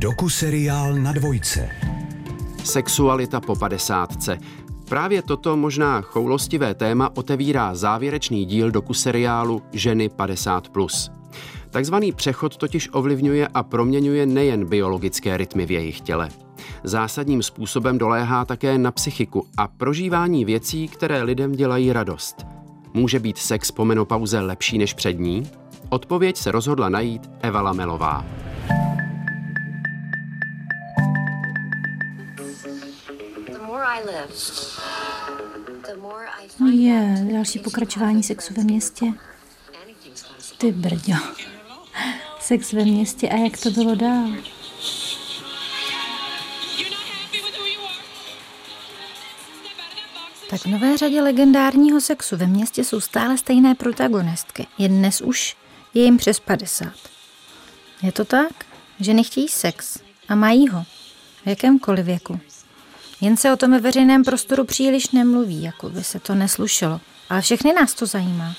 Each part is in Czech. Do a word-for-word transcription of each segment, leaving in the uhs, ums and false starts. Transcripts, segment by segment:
Dokuseriál na dvojce. Sexualita po padesátce. Právě toto možná choulostivé téma otevírá závěrečný díl dokuseriálu Ženy padesát plus. Takzvaný přechod totiž ovlivňuje a proměňuje nejen biologické rytmy v jejich těle. Zásadním způsobem doléhá také na psychiku a prožívání věcí, které lidem dělají radost. Může být sex po menopauze lepší než před ní? Odpověď se rozhodla najít Eva Lamelová. No je, další pokračování Sexu ve městě. Ty brďo. Sex ve městě a jak to bylo dál? Tak v nové řadě legendárního Sexu ve městě jsou stále stejné protagonistky. Jen dnes už je jim přes padesát. Je to tak? Ženy chtějí sex a mají ho. V jakémkoliv věku. Jen se o tom ve veřejném prostoru příliš nemluví, jako by se to neslušelo. Ale všechny nás to zajímá.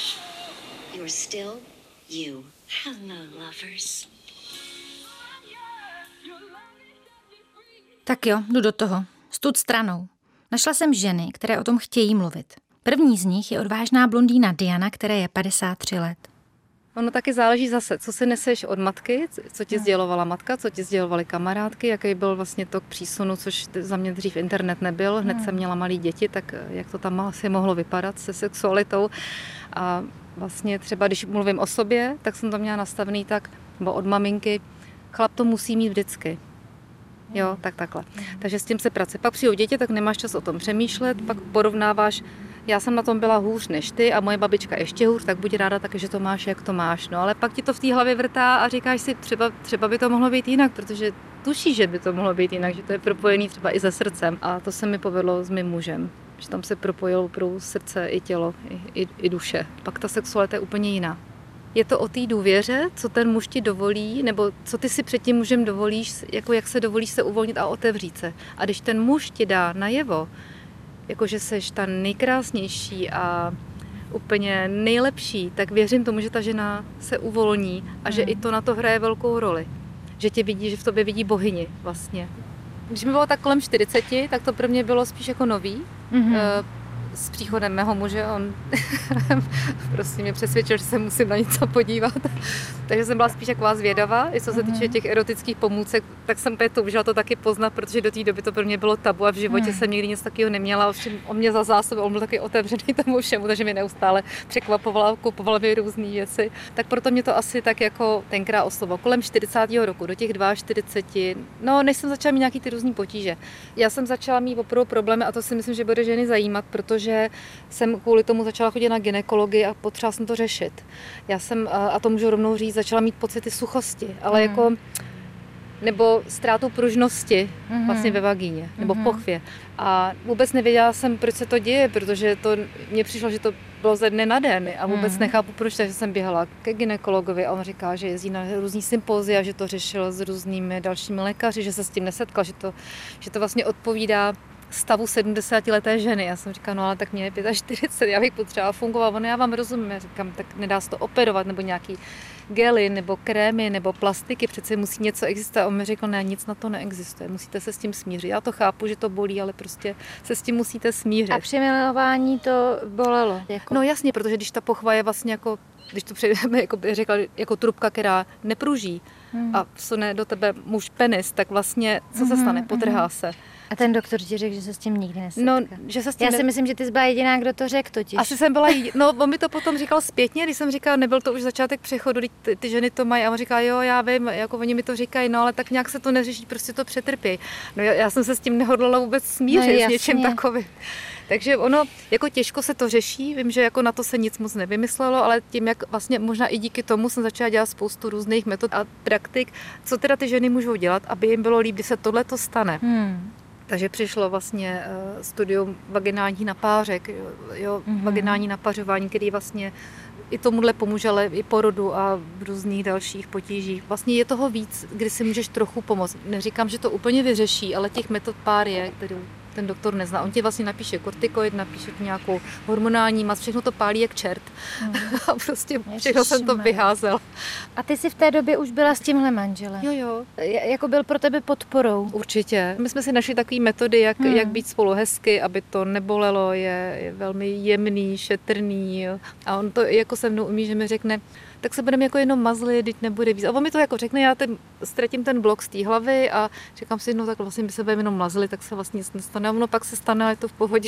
Tak jo, jdu do toho. Stud stranou. Našla jsem ženy, které o tom chtějí mluvit. První z nich je odvážná blondýna Diana, které je padesát tři let. Ono taky záleží zase, co si neseš od matky, co ti sdělovala matka, co ti sdělovaly kamarádky, jaký byl vlastně tok přísunu, což za mě dřív internet nebyl, hned jsem měla malé děti, tak jak to tam asi mohlo vypadat se sexualitou. A vlastně třeba, když mluvím o sobě, tak jsem to měla nastavený tak, nebo od maminky, chlap to musí mít vždycky. Jo, tak takhle. Takže s tím se pracuje. Pak přijdou děti, tak nemáš čas o tom přemýšlet, pak porovnáváš, já jsem na tom byla hůř než ty a moje babička ještě hůř, tak buď ráda taky, že to máš, jak to máš. No ale pak ti to v té hlavě vrtá a říkáš si, třeba, třeba by to mohlo být jinak, protože tušíš, že by to mohlo být jinak, že to je propojený třeba i se srdcem. A to se mi povedlo s mým mužem, že tam se propojilo pro srdce i tělo, i, i, i duše. Pak ta sexualita je úplně jiná. Je to o té důvěře, co ten muž ti dovolí, nebo co ty si před tím mužem dovolíš, jako jak se dovolíš se uvolnit a otevřít se. A když ten muž ti dá najevo, jakože seš ta nejkrásnější a úplně nejlepší, tak věřím tomu, že ta žena se uvolní a že i to na to hraje velkou roli. Že tě vidí, že v tobě vidí bohyni vlastně. Když mi bylo tak kolem čtyřiceti, tak to pro mě bylo spíš jako nový. Mm-hmm. S příchodem mého muže, on prostě mě přesvědčil, že se musím na něco podívat. Takže jsem byla spíš taková zvědavá. I co se týče těch erotických pomůcek, tak jsem pět toužila to taky poznat, protože do té doby to pro mě bylo tabu a v životě hmm. jsem nikdy nic takového neměla. Ovšem on mě za zásobu, on byl taky otevřený tomu všemu, takže mě neustále překvapovala, kupovala mi různé věci. Tak proto mě to asi tak jako tenkrát oslovilo. Kolem čtyřicátého roku, do těch čtyřiceti dvou, no než jsem začala mít nějaký ty různý potíže. Já jsem začala mít opravdu problémy a to si myslím, že bude ženy zajímat, protože že jsem kvůli tomu začala chodit na gynekologii a potřeba jsem to řešit. Já jsem, a to můžu rovnou říct, začala mít pocity suchosti, ale mm. jako, nebo ztrátu pružnosti mm. vlastně ve vagíně, nebo v pochvě. A vůbec nevěděla jsem, proč se to děje, protože to mně přišlo, že to bylo ze dne na den a vůbec mm. nechápu, proč, takže jsem běhala ke gynekologovi a on říká, že jezdí na různý sympózia, že to řešil s různými dalšími lékaři, že se s tím nesetkal, že to, že to vlastně odpovídá stavu sedmdesátileté ženy. Já jsem říkala, no ale tak mě je čtyřicet pět, já bych potřebovala fungovat. No já vám rozumím, já říkám, tak nedá se to operovat, nebo nějaký gely, nebo krémy, nebo plastiky, přece musí něco existovat. On mi řekl, ne, nic na to neexistuje, musíte se s tím smířit. Já to chápu, že to bolí, ale prostě se s tím musíte smířit. A při milování to bolelo? Jako... No jasně, protože když ta pochva je vlastně jako, když to přejdeme, jako by řekla, jako trubka, která nepruží hmm. a vsune do tebe muž penis, tak vlastně co se stane? Potrhá se. A ten doktor ti řekl, že se s tím nikdy nesetká. No, že se s tím Já ne... si myslím, že ty jsi byla jediná, kdo to řekl totiž. Asi jsem byla jediná. No, on mi to potom říkal zpětně, když jsem říkala, nebyl to už začátek přechodu, ty, ty ženy to mají. A on říká, jo, já vím, jako oni mi to říkají, no, ale tak nějak se to neřeší, prostě to přetrpí. No, já, já jsem se s tím nehodlala vůbec smířit, no, s něčím takovým. Takže ono, jako těžko se to řeší, vím, že jako na to se nic moc nevymyslelo, ale tím, jak vlastně možná i díky tomu jsem začala dělat spoustu různých metod a praktik, co teda ty ženy můžou dělat, aby jim bylo líp, když se tohle to stane. Hmm. Takže přišlo vlastně uh, studium vaginální napářek, jo, jo mm-hmm. vaginální napařování, který vlastně i tomuhle pomůže, ale i porodu a v různých dalších potížích. Vlastně je toho víc, kdy si můžeš trochu pomoct. Neříkám, že to úplně vyřeší, ale těch metod pár je, kterou ten doktor nezná. On ti vlastně napíše kortikoid, napíše ti nějakou hormonální mast, všechno to pálí jak čert. Hmm. A prostě všechno jsem to vyházel. A ty jsi v té době už byla s tímhle manželem? Jo, jo. Jako byl pro tebe podporou? Určitě. My jsme si našli takové metody, jak, hmm. jak být spolu hezky, aby to nebolelo, je, je velmi jemný, šetrný. Jo. A on to jako se mnou umí, že mi řekne, tak se budeme jako jenom mazlit, teď nebude víc. A on mi to jako řekne, já ten, ztratím ten blok z té hlavy a říkám si, no tak vlastně my se budeme jenom mazlit, tak se vlastně nic nestane. A ono pak se stane, ale je to v pohodě.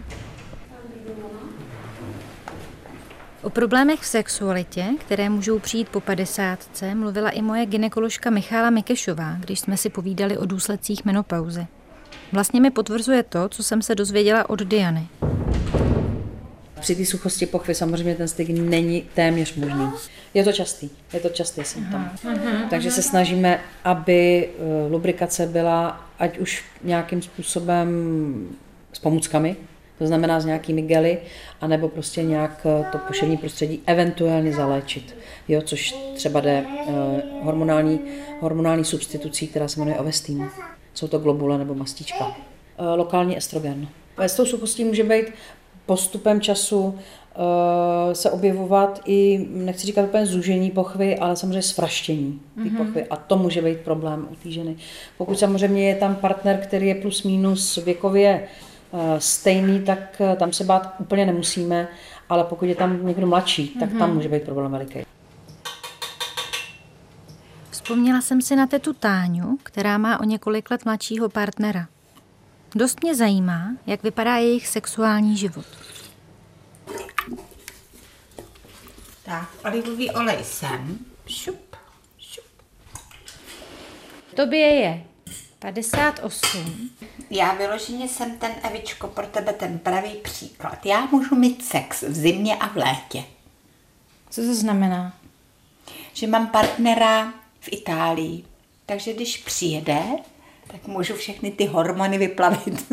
O problémech v sexualitě, které můžou přijít po padesátce, mluvila i moje gynekoložka Michála Mikešová, když jsme si povídali o důsledcích menopauzy. Vlastně mi potvrzuje to, co jsem se dozvěděla od Diany. Při té suchosti pochvy samozřejmě ten styk není téměř možný. Je to častý, je to častý symptom. Takže se snažíme, aby lubrikace byla ať už nějakým způsobem s pomůckami, to znamená s nějakými gely, anebo prostě nějak to poševní prostředí eventuálně zaléčit. Jo, což třeba jde hormonální, hormonální substitucí, která se jmenuje Ovestin. Jsou to globule nebo mastička. Lokální estrogen. S tou suchostí může být postupem času uh, se objevovat i, nechci říkat úplně zúžení pochvy, ale samozřejmě svraštění té mm-hmm. pochvy. A to může být problém u té ženy. Pokud samozřejmě je tam partner, který je plus minus věkově uh, stejný, tak uh, tam se bát úplně nemusíme, ale pokud je tam někdo mladší, tak mm-hmm. tam může být problém veliký. Vzpomněla jsem si na tetu Táňu, která má o několik let mladšího partnera. Dost mě zajímá, jak vypadá jejich sexuální život. Tak, olivový olej sem. Šup, šup. Tobě je padesát osm. Já vyloženě jsem ten, Evičko, pro tebe ten pravý příklad. Já můžu mít sex v zimě a v létě. Co to znamená? Že mám partnera v Itálii, takže když přijede, tak můžu všechny ty hormony vyplavit.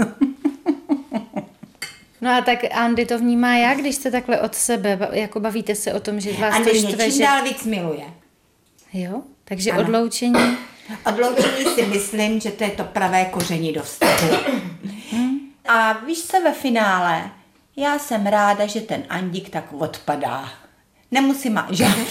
No a tak Andy to vnímá jak, když jste takhle od sebe, jako bavíte se o tom, že vás Andy to štve, mě čím že... dál víc miluje. Jo? Takže ano. odloučení... Odloučení si myslím, že to je to pravé koření do vztahu. Hmm. A víš co, ve finále, já jsem ráda, že ten Andík tak odpadá. Nemusím má žádný.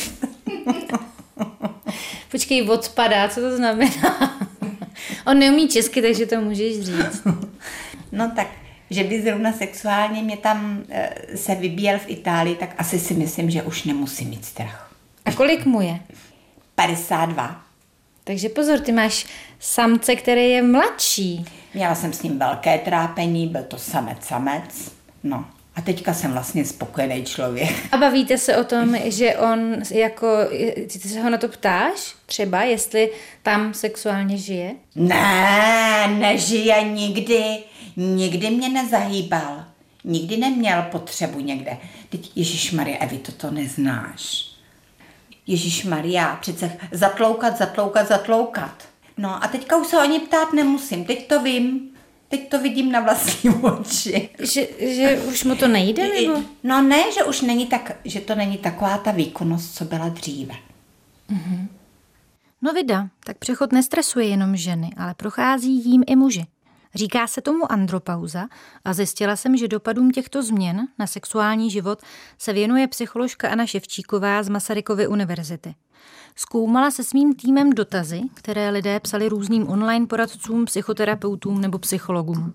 Počkej, odpadá, co to znamená? On neumí česky, takže to můžeš říct. No tak, že by zrovna sexuálně mě tam e, se vybíjel v Itálii, tak asi si myslím, že už nemusím mít strach. A kolik mu je? padesát dva. Takže pozor, ty máš samce, který je mladší. Měla jsem s ním velké trápení, byl to samec samec. No. A teďka jsem vlastně spokojený člověk. A bavíte se o tom, že on jako, ty se ho na to ptáš třeba, jestli tam sexuálně žije? Ne, nežije nikdy. Nikdy mě nezahýbal. Nikdy neměl potřebu někde. Teď Ježišmarja, Evi, toto neznáš. Ježišmarja, přece zatloukat, zatloukat, zatloukat. No a teďka už se o ně ptát nemusím, teď to vím. Teď to vidím na vlastní oči. Že, že už mu to nejde, nebo? No ne, že už není tak, že to není taková ta výkonnost, co byla dříve. Mm-hmm. No vida, tak přechod nestresuje jenom ženy, ale prochází jím i muži. Říká se tomu andropauza a zjistila jsem, že dopadům těchto změn na sexuální život se věnuje psycholožka Anna Ševčíková z Masarykovy univerzity. Zkoumala se svým týmem dotazy, které lidé psali různým online poradcům, psychoterapeutům nebo psychologům.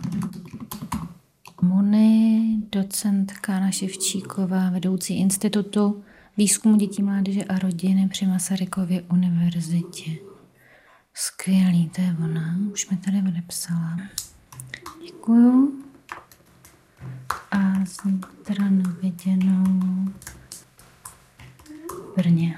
Moni, docentka Anna Ševčíková, vedoucí institutu výzkumu dětí, mládeže a rodiny při Masarykově univerzitě. Skvělý, to je ona, už mi tady odepsala. Děkuju. A zítra na viděnou v Brně.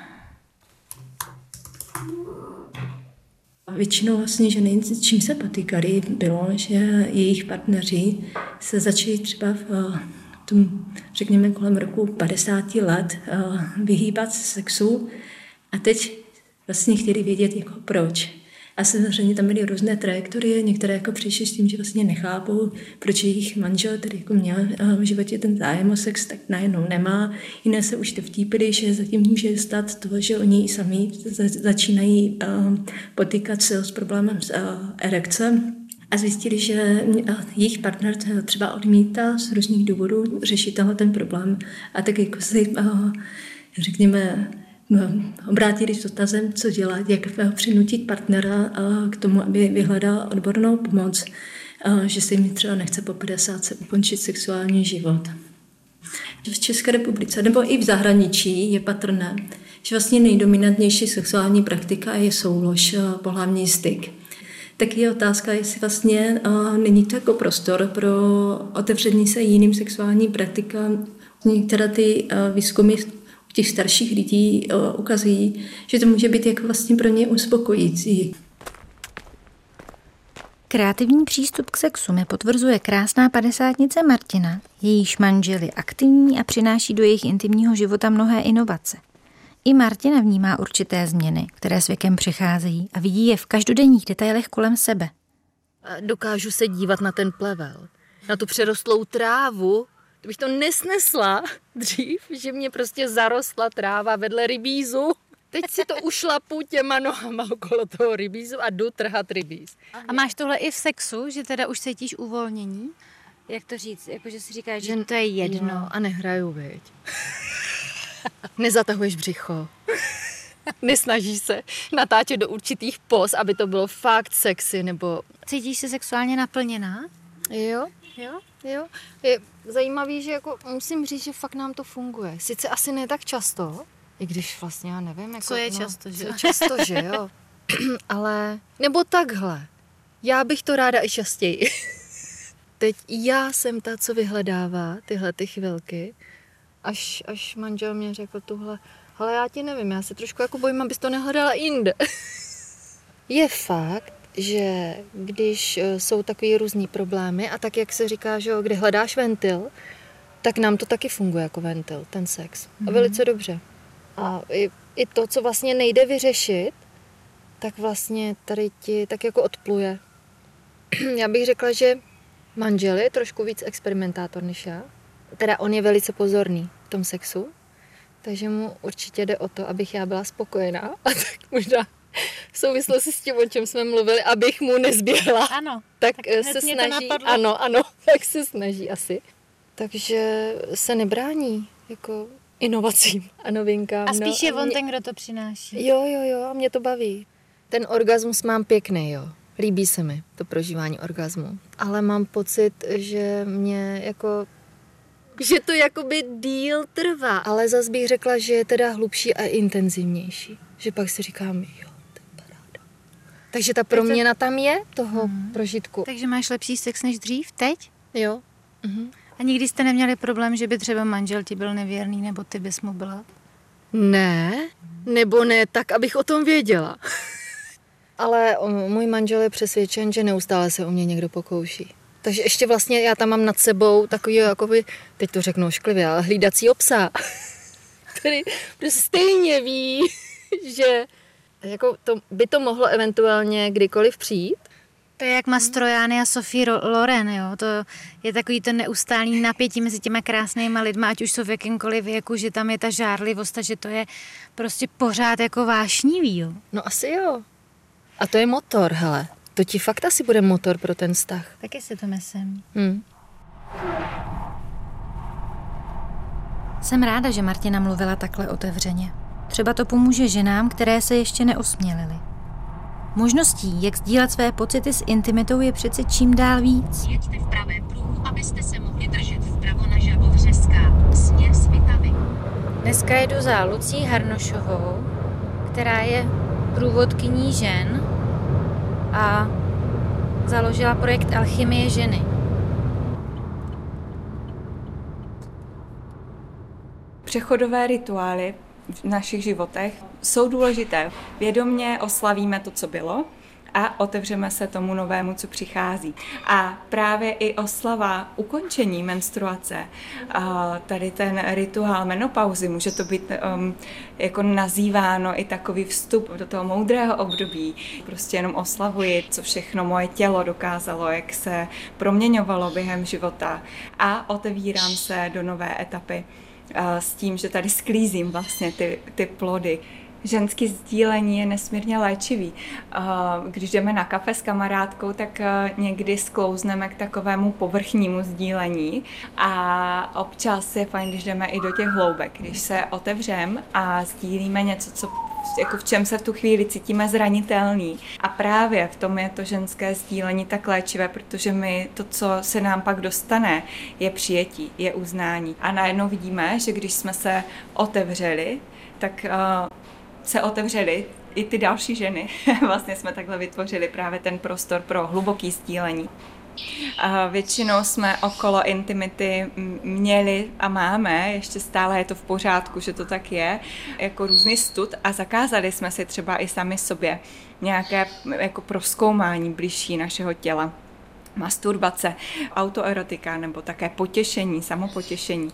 Většinou vlastně ženy, čím se potýkali, bylo, že jejich partneři se začali třeba v tom, řekněme, kolem roku padesát let vyhýbat sexu a teď vlastně chtěli vědět, jako proč. A samozřejmě tam byly různé trajektorie, některé jako přišly s tím, že vlastně nechápou, proč jejich manžel, který jako měl v životě ten zájem o sex, tak najednou nemá. Jiné se už to vtípily, že zatím může stát to, že oni sami začínají potýkat se s problémem s erekce. a zjistili, že jejich partner třeba odmítá z různých důvodů řešit tenhle ten problém. A tak jako si, řekněme, obrátili s dotazem, co dělat, jak přinutit partnera k tomu, aby vyhledal odbornou pomoc, že se jim třeba nechce po padesátce ukončit sexuální život. V České republice nebo i v zahraničí je patrné, že vlastně nejdominantnější sexuální praktika je soulož, pohlavní styk. Tak je otázka, jestli vlastně není to jako prostor pro otevření se jiným sexuálním praktikám. Některé ty výzkumy u těch starších lidí ukazují, že to může být jako vlastně pro ně uspokojící. Kreativní přístup k sexu mi potvrzuje krásná padesátnice Martina, jejíž manžel je aktivní a přináší do jejich intimního života mnohé inovace. I Martina vnímá určité změny, které s věkem přicházejí a vidí je v každodenních detailech kolem sebe. Dokážu se dívat na ten plevel, na tu přerostlou trávu. Kdybych to nesnesla dřív, že mě prostě zarostla tráva vedle rybízu. Teď si to ušlapu těma nohama okolo toho rybízu a jdu trhat rybíz. A máš tohle i v sexu, že teda už cítíš uvolnění? Jak to říct? Jako, že si říkáš, že to je jedno. Jo, a nehraju, viď? Nezatahuješ břicho. Nesnažíš se natáčet do určitých poz, aby to bylo fakt sexy, nebo... Cítíš se sexuálně naplněná? Jo, jo, jo. Je zajímavý, že jako musím říct, že fakt nám to funguje. Sice asi ne tak často, i když vlastně já nevím, jako... Co je no, často, že? Co často, že jo. Ale, nebo takhle. Já bych to ráda i častěji. Teď já jsem ta, co vyhledává tyhle ty chvilky, až, až manžel mě řekl tuhle, ale já ti nevím, já se trošku jako bojím, abys to nehledala jinde. Je fakt, že když jsou takový různý problémy a tak, jak se říká, že jo, kdy hledáš ventil, tak nám to taky funguje jako ventil, ten sex. A velice dobře. A i, i to, co vlastně nejde vyřešit, tak vlastně tady ti tak jako odpluje. Já bych řekla, že manžel je trošku víc experimentátor než já. Teda on je velice pozorný v tom sexu, takže mu určitě jde o to, abych já byla spokojená. A tak možná v souvislosti s tím, o čem jsme mluvili, abych mu nezběhla. Ano. Tak, tak se snaží, ano, ano, tak se snaží asi. Takže se nebrání jako inovacím a novinkám. A spíš je no, on mě... ten, kdo to přináší. Jo, jo, jo, a mě to baví. Ten orgasmus mám pěkný, jo. Líbí se mi to prožívání orgasmu. Ale mám pocit, že mě jako... že to jakoby díl trvá. Ale zas bych řekla, že je teda hlubší a intenzivnější. Že pak si říkám, jo, to je paráda. Takže ta proměna tam je toho hmm. prožitku. Takže máš lepší sex než dřív teď? Jo. Mhm. A nikdy jste neměli problém, že by třeba manžel ti byl nevěrný, nebo ty bys mu byla? Ne, nebo ne tak, abych o tom věděla. Ale o, můj manžel je přesvědčen, že neustále se o mě někdo pokouší. Takže ještě vlastně já tam mám nad sebou takový, jakoby, teď to řeknu ošklivě, ale hlídacího psa, který prostě stejně ví, že jako to, by to mohlo eventuálně kdykoliv přijít. To je jak Mastroianni a Sophie Loren, jo. To je takový to neustálý napětí mezi těma krásnýma lidma, ať už jsou v jakémkoliv věku, že tam je ta žárlivost a že to je prostě pořád jako vášnivý, jo. No asi jo. A to je motor, hele. To ti fakt asi bude motor pro ten vztah. Taky si to myslím. Hmm. Jsem ráda, že Martina mluvila takhle otevřeně. Třeba to pomůže ženám, které se ještě neosmělily. Možností, jak sdílet své pocity s intimitou, je přece čím dál víc. Jeďte v pravém pruhu, abyste se mohli držet vpravo na Žabovřeská, směr Svitavy. Dneska jedu za Lucí Harnošovou, která je průvodkyní žen a založila projekt Alchymie ženy. Přechodové rituály v našich životech jsou důležité. Vědomně oslavíme to, co bylo, a otevřeme se tomu novému, co přichází. A právě i oslava ukončení menstruace, tady ten rituál menopauzy, může to být um, jako nazýváno i takový vstup do toho moudrého období. Prostě jenom oslavuji, co všechno moje tělo dokázalo, jak se proměňovalo během života, a otevírám se do nové etapy s tím, že tady sklízím vlastně ty, ty plody. ženský sdílení je nesmírně léčivý. Když jdeme na kafe s kamarádkou, tak někdy sklouzneme k takovému povrchnímu sdílení a občas je fajn, když jdeme i do těch hloubek, když se otevřeme a sdílíme něco, co jako v čem se v tu chvíli cítíme zranitelný. A právě v tom je to ženské sdílení tak léčivé, protože my to, co se nám pak dostane, je přijetí, je uznání. A najednou vidíme, že když jsme se otevřeli, tak uh, se otevřeli i ty další ženy. Vlastně jsme takhle vytvořili právě ten prostor pro hluboký sdílení. A většinou jsme okolo intimity měli a máme, ještě stále je to v pořádku, že to tak je, jako různý stud a zakázali jsme si třeba i sami sobě nějaké jako prozkoumání bližší našeho těla. Masturbace, autoerotika nebo také potěšení, samopotěšení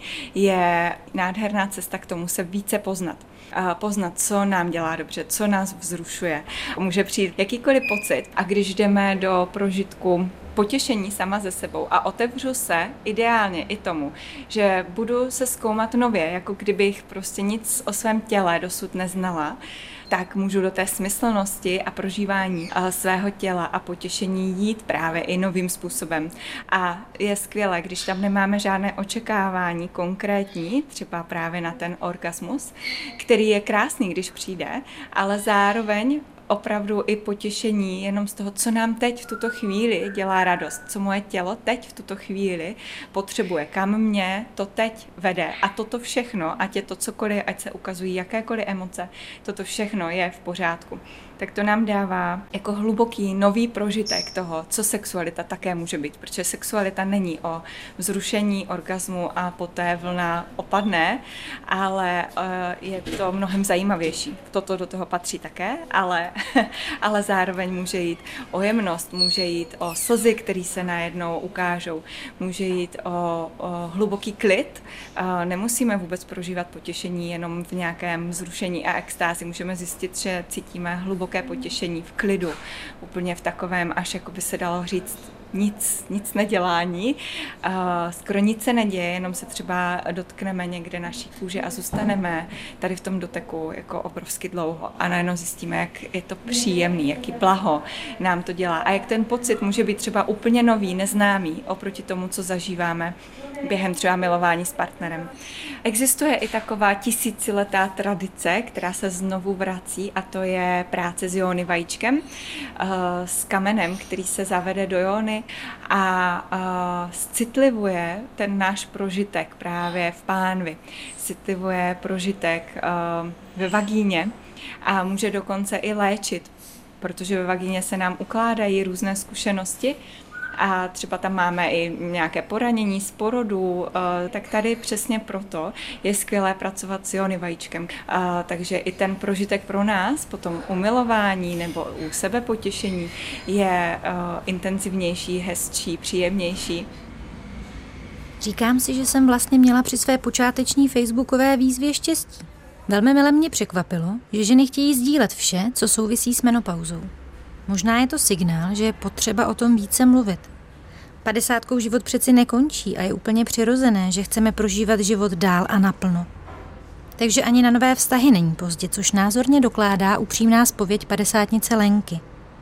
je nádherná cesta k tomu se více poznat. A poznat, co nám dělá dobře, co nás vzrušuje. Může přijít jakýkoliv pocit a když jdeme do prožitku potěšení sama ze sebou a otevřu se ideálně i tomu, že budu se zkoumat nově, jako kdybych prostě nic o svém těle dosud neznala, tak můžu do té smyslnosti a prožívání svého těla a potěšení jít právě i novým způsobem. A je skvělé, když tam nemáme žádné očekávání konkrétní, třeba právě na ten orgasmus, který je krásný, když přijde, ale zároveň opravdu i potěšení jenom z toho, co nám teď v tuto chvíli dělá radost, co moje tělo teď v tuto chvíli potřebuje, kam mě to teď vede. A toto všechno, ať je to cokoliv, ať se ukazují jakékoliv emoce, toto všechno je v pořádku. Tak to nám dává jako hluboký nový prožitek toho, co sexualita také může být, protože sexualita není o vzrušení, orgasmu a poté vlna opadne, ale je to mnohem zajímavější. Toto do toho patří také, ale, ale zároveň může jít o jemnost, může jít o slzy, které se najednou ukážou, může jít o, o hluboký klid. Nemusíme vůbec prožívat potěšení jenom v nějakém vzrušení a extázi. Můžeme zjistit, že cítíme hluboké potěšení v klidu, úplně v takovém, až jako by se dalo říct, nic, nic nedělání. Uh, skoro nic se neděje, jenom se třeba dotkneme někde naší kůže a zůstaneme tady v tom doteku jako obrovsky dlouho a najednou zjistíme, jak je to příjemný, jaký blaho nám to dělá a jak ten pocit může být třeba úplně nový, neznámý oproti tomu, co zažíváme během třeba milování s partnerem. Existuje i taková tisíciletá tradice, která se znovu vrací a to je práce s jóny vajíčkem, uh, s kamenem, který se zavede do jóny a uh, citlivuje ten náš prožitek právě v pánvi. Citlivuje prožitek uh, ve vagíně a může dokonce i léčit, protože ve vagíně se nám ukládají různé zkušenosti a třeba tam máme i nějaké poranění z porodu, tak tady přesně proto je skvělé pracovat s jóny vajíčkem. Takže i ten prožitek pro nás potom u milování nebo u sebepotěšení je intenzivnější, hezčí, příjemnější. Říkám si, že jsem vlastně měla při své počáteční facebookové výzvě štěstí. Velmi mile mě překvapilo, že ženy chtějí sdílet vše, co souvisí s menopauzou. Možná je to signál, že je potřeba o tom více mluvit. Padesátkou život přeci nekončí a je úplně přirozené, že chceme prožívat život dál a naplno. Takže ani na nové vztahy není pozdě, což názorně dokládá upřímná zpověď padesátnice Lenky.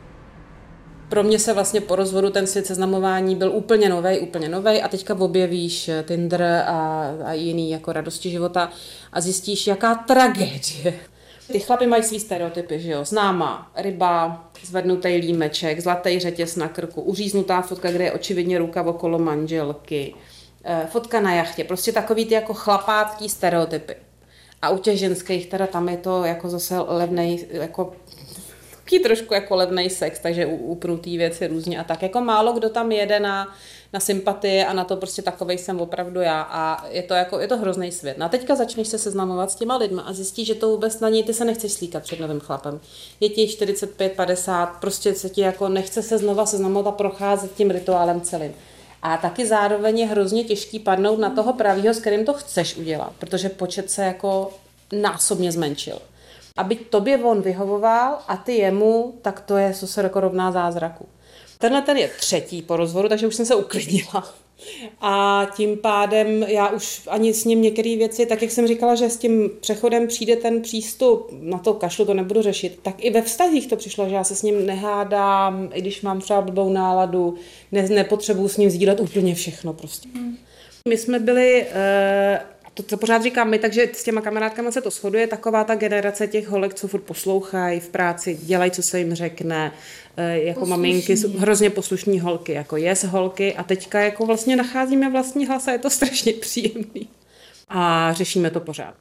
Pro mě se vlastně po rozvodu ten svět seznamování byl úplně novej, úplně novej a teďka objevíš Tinder a, a jiný jako radosti života a zjistíš, jaká tragédie. Ty chlapi mají svý stereotypy, že jo, známá ryba, zvednutý límeček, zlatý řetěz na krku, uříznutá fotka, kde je očividně ruka okolo manželky, fotka na jachtě, prostě takový ty jako chlapácký stereotypy. A u těch ženských teda tam je to jako zase levnej, jako trošku jako levnej sex, takže upnutý věci různě a tak. Jako málo kdo tam jede na, na sympatii a na to prostě takovej jsem opravdu já a je to jako, je to hrozný svět. No a teďka začneš se seznamovat s těma lidma a zjistíš, že to vůbec na ní, ty se nechceš slíkat před novým chlapem. Je ti čtyřicet pět, padesát, prostě se ti jako nechce se znova seznamovat a procházet tím rituálem celým. A taky zároveň je hrozně těžký padnout na toho pravýho, s kterým to chceš udělat, protože počet se jako násobně zmenšil. Aby tobě on vyhovoval a ty jemu, tak to je, co se jako rovná zázraku. Tenhle ten je třetí po rozvodu, takže už jsem se uklidnila. A tím pádem já už ani s ním některé věci, tak jak jsem říkala, že s tím přechodem přijde ten přístup, na to kašlu, to nebudu řešit, tak i ve vztazích to přišlo, že já se s ním nehádám, i když mám třeba blbou náladu, ne, nepotřebuji s ním sdílet úplně všechno prostě. Hmm. My jsme byli, to, to pořád říkám my, takže s těma kamarádkama se to shoduje, taková ta generace těch holek, co furt poslouchají v práci, dělají, co se jim řekne, jako poslušní. Maminky, hrozně poslušní holky, jako yes holky a teďka jako vlastně nacházíme vlastní hlas a je to strašně příjemný. A řešíme to pořád.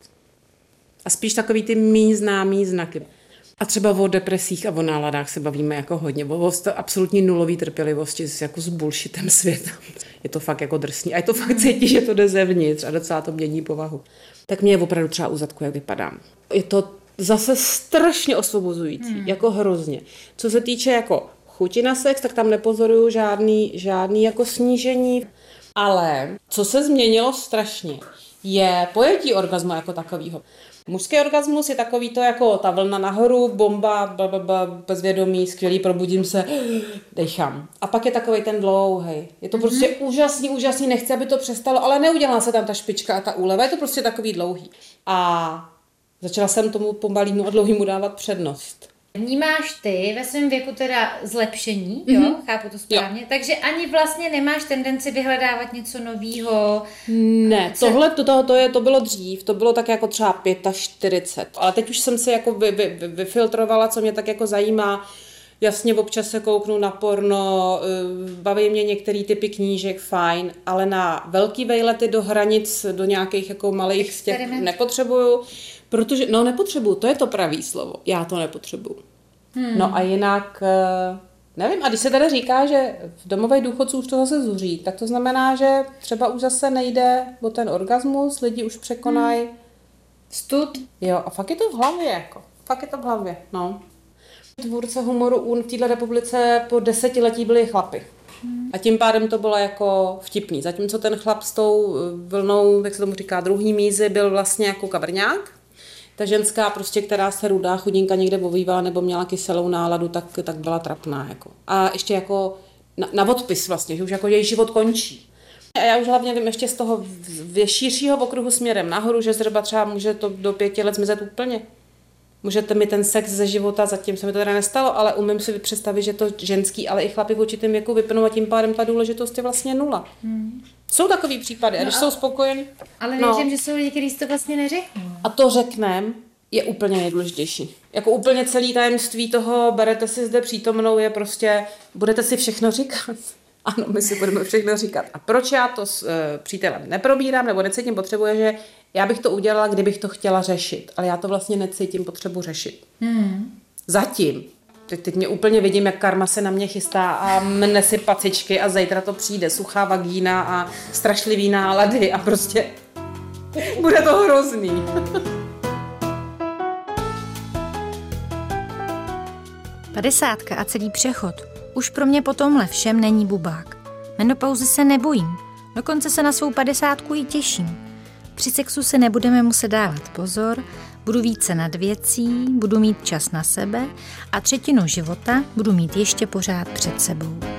A spíš takový ty míň známý znaky. A třeba o depresích a o náladách se bavíme jako hodně, o absolutní nulový trpělivosti s, jako s bullshitem světa. Je to fakt jako drsný a je to fakt cítí, že to jde zevnitř a docela to mění povahu. Tak mě je opravdu třeba u zadku, jak vypadám. Je to zase strašně osvobozující, hmm. jako hrozně. Co se týče jako chuti na sex, tak tam nepozoruju žádný, žádný jako snížení. Ale co se změnilo strašně, je pojetí orgazmu jako takového. Mužský orgasmus je takový to jako ta vlna nahoru, bomba, blablabla, bezvědomí, skvělý, probudím se, dechám. A pak je takovej ten dlouhej. Je to prostě mm-hmm. úžasný, úžasný, nechci, aby to přestalo, ale neudělá se tam ta špička a ta úleva, je to prostě takový dlouhý. A začala jsem tomu pomalýmu a dlouhýmu dávat přednost. Vnímáš ty ve svém věku teda zlepšení, jo? Mm-hmm. Chápu to správně, jo. Takže ani vlastně nemáš tendenci vyhledávat něco novýho. Ne, co... tohle to, to, to, je, to bylo dřív, to bylo tak jako třeba čtyřicet pět, ale teď už jsem si jako vy, vy, vy, vyfiltrovala, co mě tak jako zajímá. Jasně, občas se kouknu na porno, baví mě některý typy knížek, fajn, ale na velký vejlety do hranic, do nějakých jako malých z těch nepotřebuju. Protože, no nepotřebuju, to je to pravý slovo, já to nepotřebuju. Hmm. No a jinak, nevím, a když se teda říká, že v domových důchodců už to zase zuří, tak to znamená, že třeba už zase nejde o ten orgasmus, lidi už překonají hmm. stud. Jo, a fakt je to v hlavě, jako, fakt je to v hlavě, no. Tvůrce humoru v této republice po desetiletí byli chlapy. Hmm. A tím pádem to bylo jako vtipný. Zatímco ten chlap s tou vlnou, jak se tomu říká, druhý mízy, byl vlastně jako kabrňák. Ta ženská prostě, která se rudá chudinka někde ovývala nebo měla kyselou náladu, tak, tak byla trapná. Jako. A ještě jako na, na odpis vlastně, že už jako její život končí. A já už hlavně vím ještě z toho širšího okruhu směrem nahoru, že zhruba třeba může to do pěti let zmizet úplně. Můžete mi ten sex ze života, zatím se mi to teda nestalo, ale umím si představit, že to ženský, ale i chlapi v určitém věku vypnou a tím pádem ta důležitost je vlastně nula. Hmm. Jsou takový případy, a když no a, jsou spokojení. Ale no. věřím, že jsou lidi, kteří to vlastně neřeknou. A to řeknem je úplně nejdůležitější. Jako úplně celý tajemství toho, berete si zde přítomnou, je prostě, budete si všechno říkat. Ano, my si budeme všechno říkat. A proč já to s uh, přítelem neprobírám nebo necítím potřebu, je, že já bych to udělala, kdybych to chtěla řešit. Ale já to vlastně necítím potřebu řešit. Hmm. Zatím. Teď, teď mě úplně vidím, jak karma se na mě chystá a mne si pacičky a zítra to přijde. Suchá vagína a strašlivý nálady a prostě bude to hrozný. Padesátka a celý přechod. Už pro mě po tomhle všem není bubák. Menopauzy se nebojím. Dokonce se na svou padesátku i těším. Při sexu se nebudeme muset dávat pozor, budu více nad věcí, budu mít čas na sebe a třetinu života budu mít ještě pořád před sebou.